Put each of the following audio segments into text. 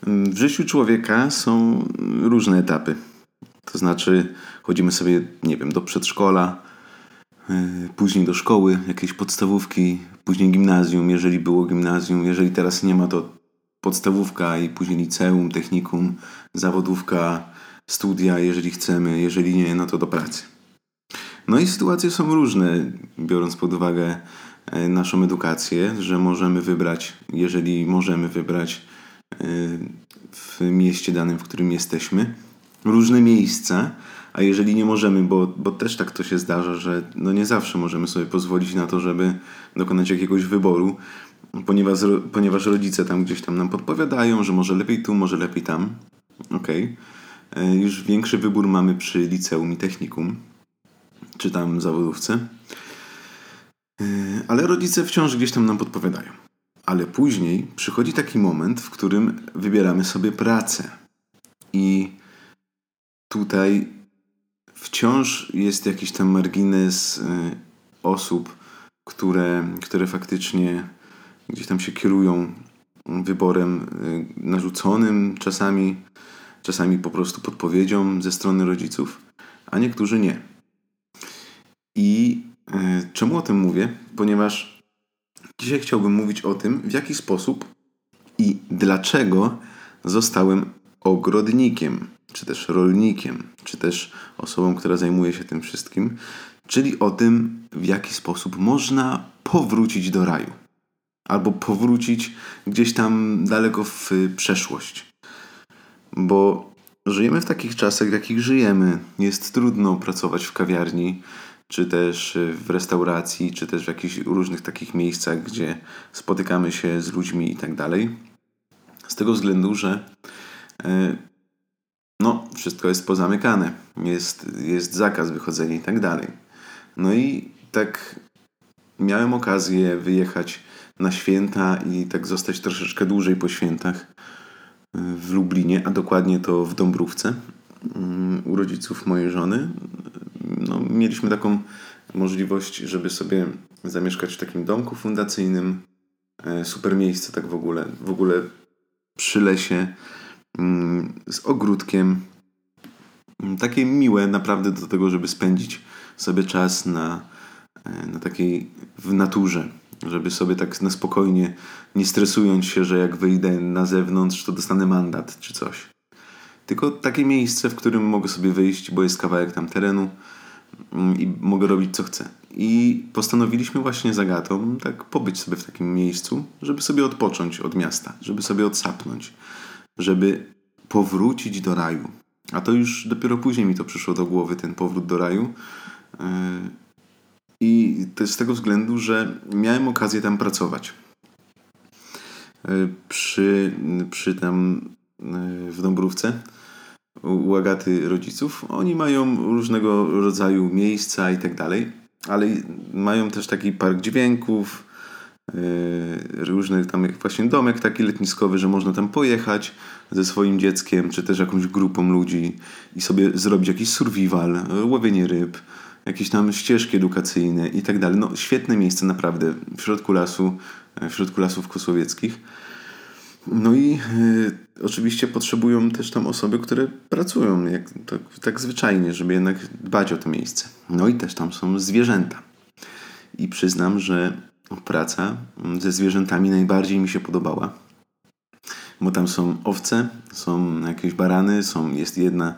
W życiu człowieka są różne etapy. To znaczy chodzimy sobie, nie wiem, do przedszkola, później do szkoły, jakiejś podstawówki, później gimnazjum, jeżeli było gimnazjum. Jeżeli teraz nie ma, to podstawówka i później liceum, technikum, zawodówka, studia, jeżeli chcemy. Jeżeli nie, no to do pracy. No i sytuacje są różne, biorąc pod uwagę naszą edukację, że możemy wybrać, jeżeli możemy wybrać w mieście danym, w którym jesteśmy, różne miejsca, a jeżeli nie możemy, bo też tak to się zdarza, że no nie zawsze możemy sobie pozwolić na to, żeby dokonać jakiegoś wyboru, ponieważ rodzice tam gdzieś tam nam podpowiadają, że może lepiej tu, może lepiej tam. Okej. Już większy wybór mamy przy liceum i technikum, czy tam w zawodówce. Ale rodzice wciąż gdzieś tam nam podpowiadają. Ale później przychodzi taki moment, w którym wybieramy sobie pracę. I tutaj wciąż jest jakiś tam margines osób, które faktycznie gdzieś tam się kierują wyborem narzuconym, czasami po prostu podpowiedzią ze strony rodziców, a niektórzy nie. I czemu o tym mówię? Ponieważ dzisiaj chciałbym mówić o tym, w jaki sposób i dlaczego zostałem ogrodnikiem, czy też rolnikiem, czy też osobą, która zajmuje się tym wszystkim, czyli o tym, w jaki sposób można powrócić do raju. Albo powrócić gdzieś tam daleko w przeszłość. Bo żyjemy w takich czasach, w jakich żyjemy. Jest trudno pracować w kawiarni, czy też w restauracji, czy też w jakichś różnych takich miejscach, gdzie spotykamy się z ludźmi i tak dalej. Z tego względu, że wszystko jest pozamykane. Jest zakaz wychodzenia i tak dalej. No i tak miałem okazję wyjechać na święta i tak zostać troszeczkę dłużej po świętach w Lublinie, a dokładnie to w Dąbrówce u rodziców mojej żony. Mieliśmy taką możliwość, żeby sobie zamieszkać w takim domku fundacyjnym. Super miejsce tak w ogóle przy lesie, z ogródkiem. Takie miłe naprawdę do tego, żeby spędzić sobie czas na takiej w naturze. Żeby sobie tak na spokojnie, nie stresując się, że jak wyjdę na zewnątrz, to dostanę mandat czy coś. Tylko takie miejsce, w którym mogę sobie wyjść, bo jest kawałek tam terenu i mogę robić co chcę. I postanowiliśmy właśnie z Agatą tak pobyć sobie w takim miejscu, żeby sobie odpocząć od miasta, żeby sobie odsapnąć, żeby powrócić do raju. A to już dopiero później mi to przyszło do głowy, ten powrót do raju. I to z tego względu, że miałem okazję tam pracować. Przy tam w Dąbrówce u Agaty rodziców. Oni mają różnego rodzaju miejsca i tak dalej, ale mają też taki park dźwięków, różny tam właśnie domek taki letniskowy, że można tam pojechać ze swoim dzieckiem, czy też jakąś grupą ludzi i sobie zrobić jakiś survival, łowienie ryb, jakieś tam ścieżki edukacyjne i tak dalej. Świetne miejsce naprawdę w środku lasów kosłowieckich. No i oczywiście potrzebują też tam osoby, które pracują tak zwyczajnie, żeby jednak dbać o to miejsce. No i też tam są zwierzęta. I przyznam, że praca ze zwierzętami najbardziej mi się podobała. Bo tam są owce, są jakieś barany, jest jedna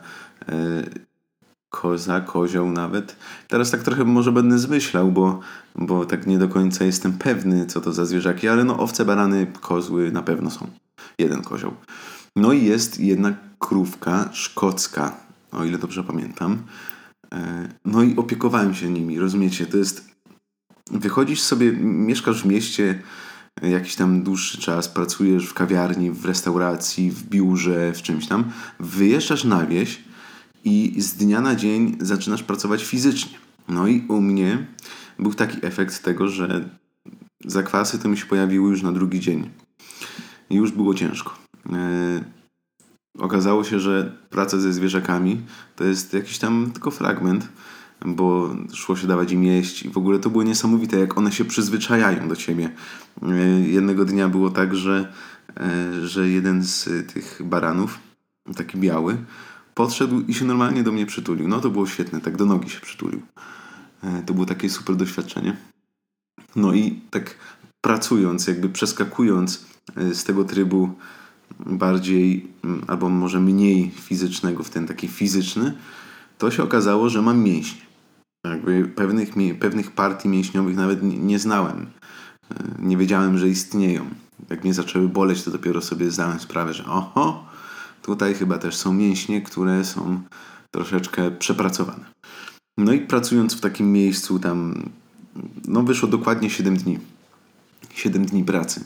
kozioł nawet. Teraz tak trochę może będę zmyślał, bo tak nie do końca jestem pewny, co to za zwierzaki, ale owce, barany, kozły na pewno są. Jeden kozioł. No i jest jedna krówka szkocka, o ile dobrze pamiętam. No i opiekowałem się nimi, rozumiecie? To jest... Wychodzisz sobie, mieszkasz w mieście jakiś tam dłuższy czas, pracujesz w kawiarni, w restauracji, w biurze, w czymś tam. Wyjeżdżasz na wieś i z dnia na dzień zaczynasz pracować fizycznie. No i u mnie był taki efekt tego, że zakwasy to mi się pojawiły już na drugi dzień. I już było ciężko. Okazało się, że praca ze zwierzakami to jest jakiś tam tylko fragment, bo szło się dawać im jeść i w ogóle to było niesamowite, jak one się przyzwyczajają do ciebie. Jednego dnia było tak, że że jeden z tych baranów, taki biały, podszedł i się normalnie do mnie przytulił. No to było świetne, tak do nogi się przytulił. To było takie super doświadczenie. No i tak pracując, jakby przeskakując z tego trybu bardziej albo może mniej fizycznego w ten taki fizyczny, to się okazało, że mam mięśnie. Jakby pewnych partii mięśniowych nawet nie znałem. Nie wiedziałem, że istnieją. Jak mnie zaczęły boleć, to dopiero sobie zdałem sprawę, że oho, tutaj chyba też są mięśnie, które są troszeczkę przepracowane. No i pracując w takim miejscu tam, no wyszło dokładnie 7 dni. 7 dni pracy.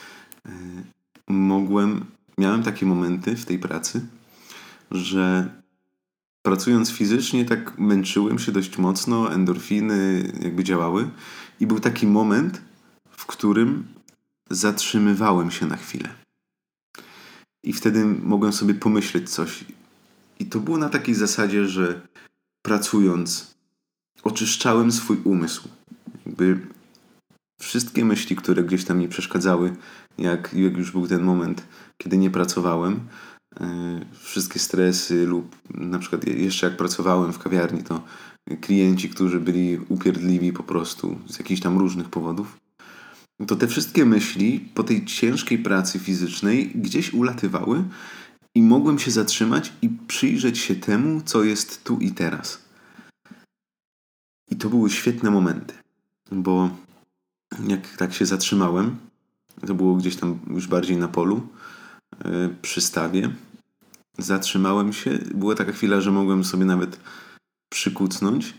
Miałem takie momenty w tej pracy, że pracując fizycznie tak męczyłem się dość mocno, endorfiny jakby działały i był taki moment, w którym zatrzymywałem się na chwilę. I wtedy mogłem sobie pomyśleć coś. I to było na takiej zasadzie, że pracując oczyszczałem swój umysł. Jakby wszystkie myśli, które gdzieś tam mi przeszkadzały, jak już był ten moment, kiedy nie pracowałem, wszystkie stresy lub na przykład jeszcze jak pracowałem w kawiarni, to klienci, którzy byli upierdliwi po prostu z jakichś tam różnych powodów, to te wszystkie myśli po tej ciężkiej pracy fizycznej gdzieś ulatywały i mogłem się zatrzymać i przyjrzeć się temu, co jest tu i teraz. I to były świetne momenty, bo jak tak się zatrzymałem, to było gdzieś tam już bardziej na polu, przy stawie, zatrzymałem się, była taka chwila, że mogłem sobie nawet przykucnąć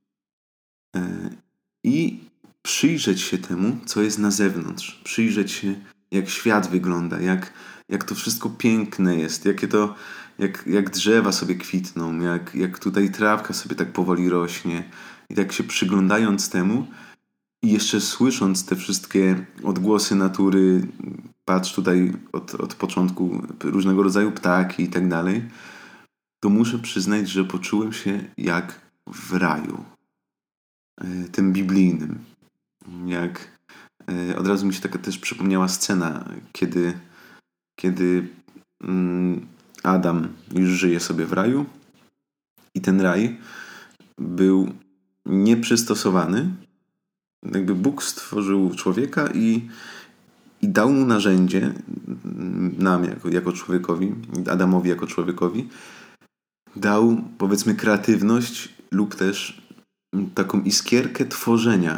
i przyjrzeć się temu, co jest na zewnątrz. Przyjrzeć się, jak świat wygląda, jak to wszystko piękne jest, jak drzewa sobie kwitną, jak tutaj trawka sobie tak powoli rośnie. I tak się przyglądając temu i jeszcze słysząc te wszystkie odgłosy natury, patrz tutaj od początku różnego rodzaju ptaki i tak dalej, to muszę przyznać, że poczułem się jak w raju. Tym biblijnym. Od razu mi się taka też przypomniała scena, kiedy Adam już żyje sobie w raju i ten raj był nieprzystosowany. Jakby Bóg stworzył człowieka i dał mu narzędzie, nam jako człowiekowi, Adamowi jako człowiekowi, dał powiedzmy kreatywność lub też taką iskierkę tworzenia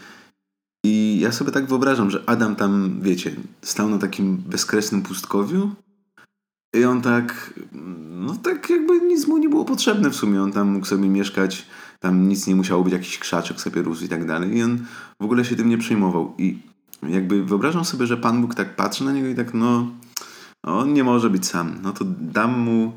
i ja sobie tak wyobrażam, że Adam tam, wiecie, stał na takim bezkresnym pustkowiu i on tak, no tak jakby nic mu nie było potrzebne w sumie. On tam mógł sobie mieszkać, tam nic nie musiało być, jakiś krzaczek sobie rósł i tak dalej. I on w ogóle się tym nie przejmował. I jakby wyobrażam sobie, że Pan Bóg tak patrzy na niego i tak, no on nie może być sam. No to dam mu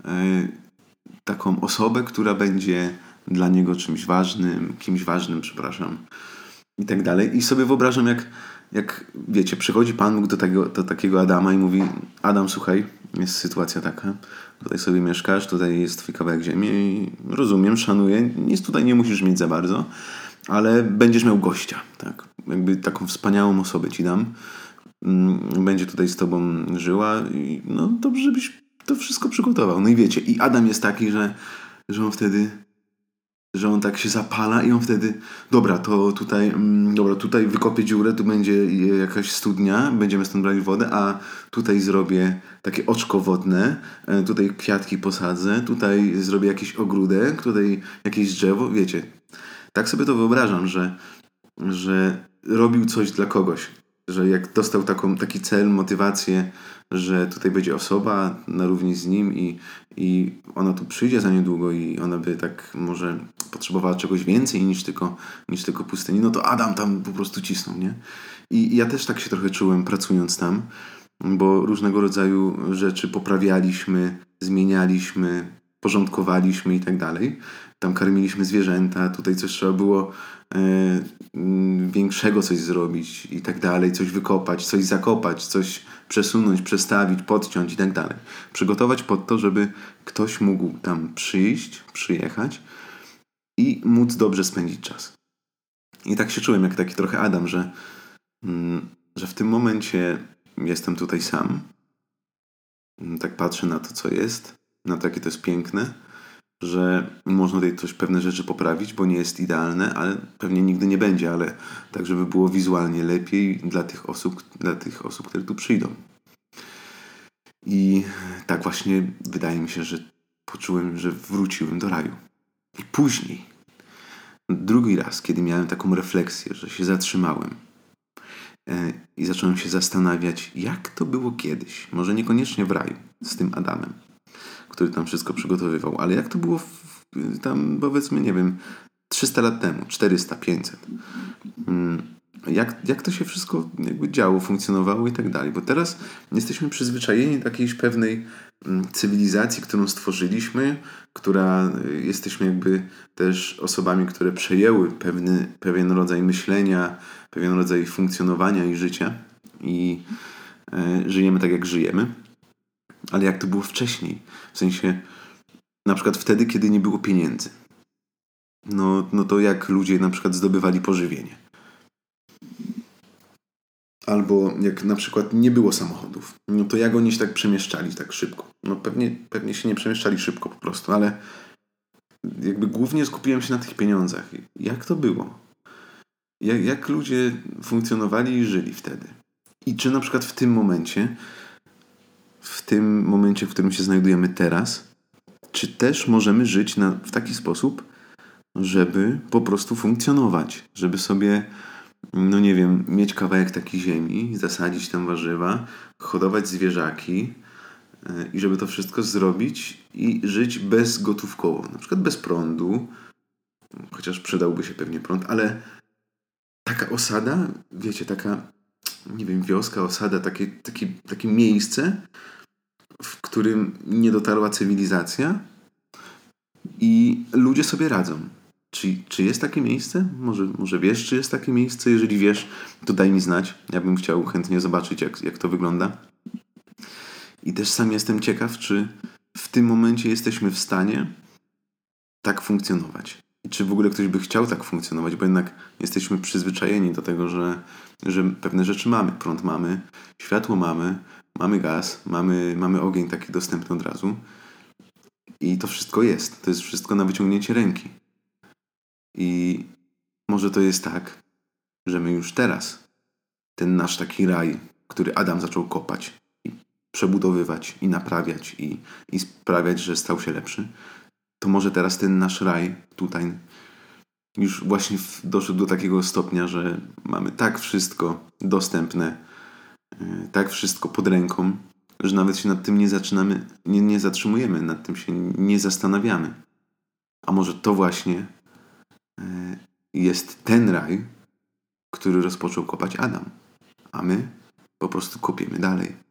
taką osobę, która będzie dla niego kimś ważnym, przepraszam. I tak dalej. I sobie wyobrażam, jak wiecie, przychodzi Pan Bóg do takiego Adama i mówi: Adam, słuchaj, jest sytuacja taka, tutaj sobie mieszkasz, tutaj jest twój kawałek ziemi i rozumiem, szanuję, nic tutaj nie musisz mieć za bardzo, ale będziesz miał gościa, tak? Jakby taką wspaniałą osobę ci dam, będzie tutaj z tobą żyła i no dobrze, żebyś to wszystko przygotował. No i wiecie, i Adam jest taki, że on wtedy, że on tak się zapala i on wtedy, dobra, tutaj wykopię dziurę, tu będzie jakaś studnia, będziemy stąd brać wodę, a tutaj zrobię takie oczko wodne, tutaj kwiatki posadzę, tutaj zrobię jakiś ogródek, tutaj jakieś drzewo, wiecie. Tak sobie to wyobrażam, że robił coś dla kogoś, że jak dostał taki cel, motywację, że tutaj będzie osoba na równi z nim i ona tu przyjdzie za niedługo i ona by tak może potrzebowała czegoś więcej niż tylko pustyni, no to Adam tam po prostu cisnął, nie? I ja też tak się trochę czułem pracując tam, bo różnego rodzaju rzeczy poprawialiśmy, zmienialiśmy, porządkowaliśmy i tak dalej. Tam karmiliśmy zwierzęta, tutaj coś trzeba było większego coś zrobić i tak dalej, coś wykopać, coś zakopać, coś przesunąć, przestawić, podciąć i tak dalej. Przygotować pod to, żeby ktoś mógł tam przyjechać i móc dobrze spędzić czas. I tak się czułem jak taki trochę Adam, że w tym momencie jestem tutaj sam. Tak patrzę na to, co jest, na to, jakie to jest piękne, że można tutaj też pewne rzeczy poprawić, bo nie jest idealne, ale pewnie nigdy nie będzie, ale tak, żeby było wizualnie lepiej dla tych osób, które tu przyjdą. I tak właśnie wydaje mi się, że poczułem, że wróciłem do raju. I później, drugi raz, kiedy miałem taką refleksję, że się zatrzymałem i zacząłem się zastanawiać, jak to było kiedyś. Może niekoniecznie w raju z tym Adamem, który tam wszystko przygotowywał, ale jak to było tam, powiedzmy, nie wiem, 300 lat temu, 400, 500. Jak to się wszystko jakby działo, funkcjonowało i tak dalej. Bo teraz jesteśmy przyzwyczajeni do jakiejś pewnej cywilizacji, którą stworzyliśmy, która jesteśmy jakby też osobami, które przejęły pewien rodzaj myślenia, pewien rodzaj funkcjonowania i życia i żyjemy tak, jak żyjemy. Ale jak to było wcześniej? W sensie na przykład wtedy, kiedy nie było pieniędzy. No to jak ludzie na przykład zdobywali pożywienie. Albo jak na przykład nie było samochodów, no to jak oni się tak przemieszczali tak szybko? No pewnie się nie przemieszczali szybko po prostu, ale jakby głównie skupiłem się na tych pieniądzach. Jak to było? Jak ludzie funkcjonowali i żyli wtedy? I czy na przykład w tym momencie, w którym się znajdujemy teraz, czy też możemy żyć w taki sposób, żeby po prostu funkcjonować, żeby sobie, no nie wiem, mieć kawałek takiej ziemi, zasadzić tam warzywa, hodować zwierzaki i żeby to wszystko zrobić i żyć bezgotówkowo, na przykład bez prądu, chociaż przydałby się pewnie prąd, ale taka osada, wiecie, taka, nie wiem, wioska, osada, takie miejsce, w którym nie dotarła cywilizacja i ludzie sobie radzą. Czy jest takie miejsce? Może wiesz, czy jest takie miejsce? Jeżeli wiesz, to daj mi znać. Ja bym chciał chętnie zobaczyć, jak to wygląda. I też sam jestem ciekaw, czy w tym momencie jesteśmy w stanie tak funkcjonować. I czy w ogóle ktoś by chciał tak funkcjonować, bo jednak jesteśmy przyzwyczajeni do tego, że pewne rzeczy mamy. Prąd mamy, światło mamy gaz, mamy ogień taki dostępny od razu. I to wszystko jest. To jest wszystko na wyciągnięcie ręki. I może to jest tak, że my już teraz ten nasz taki raj, który Adam zaczął kopać i przebudowywać i naprawiać i sprawiać, że stał się lepszy, to może teraz ten nasz raj tutaj już właśnie doszedł do takiego stopnia, że mamy tak wszystko dostępne, tak wszystko pod ręką, że nawet się nad tym nie zatrzymujemy, nad tym się nie zastanawiamy. A może to właśnie jest ten raj, który rozpoczął kopać Adam. A my po prostu kopiemy dalej.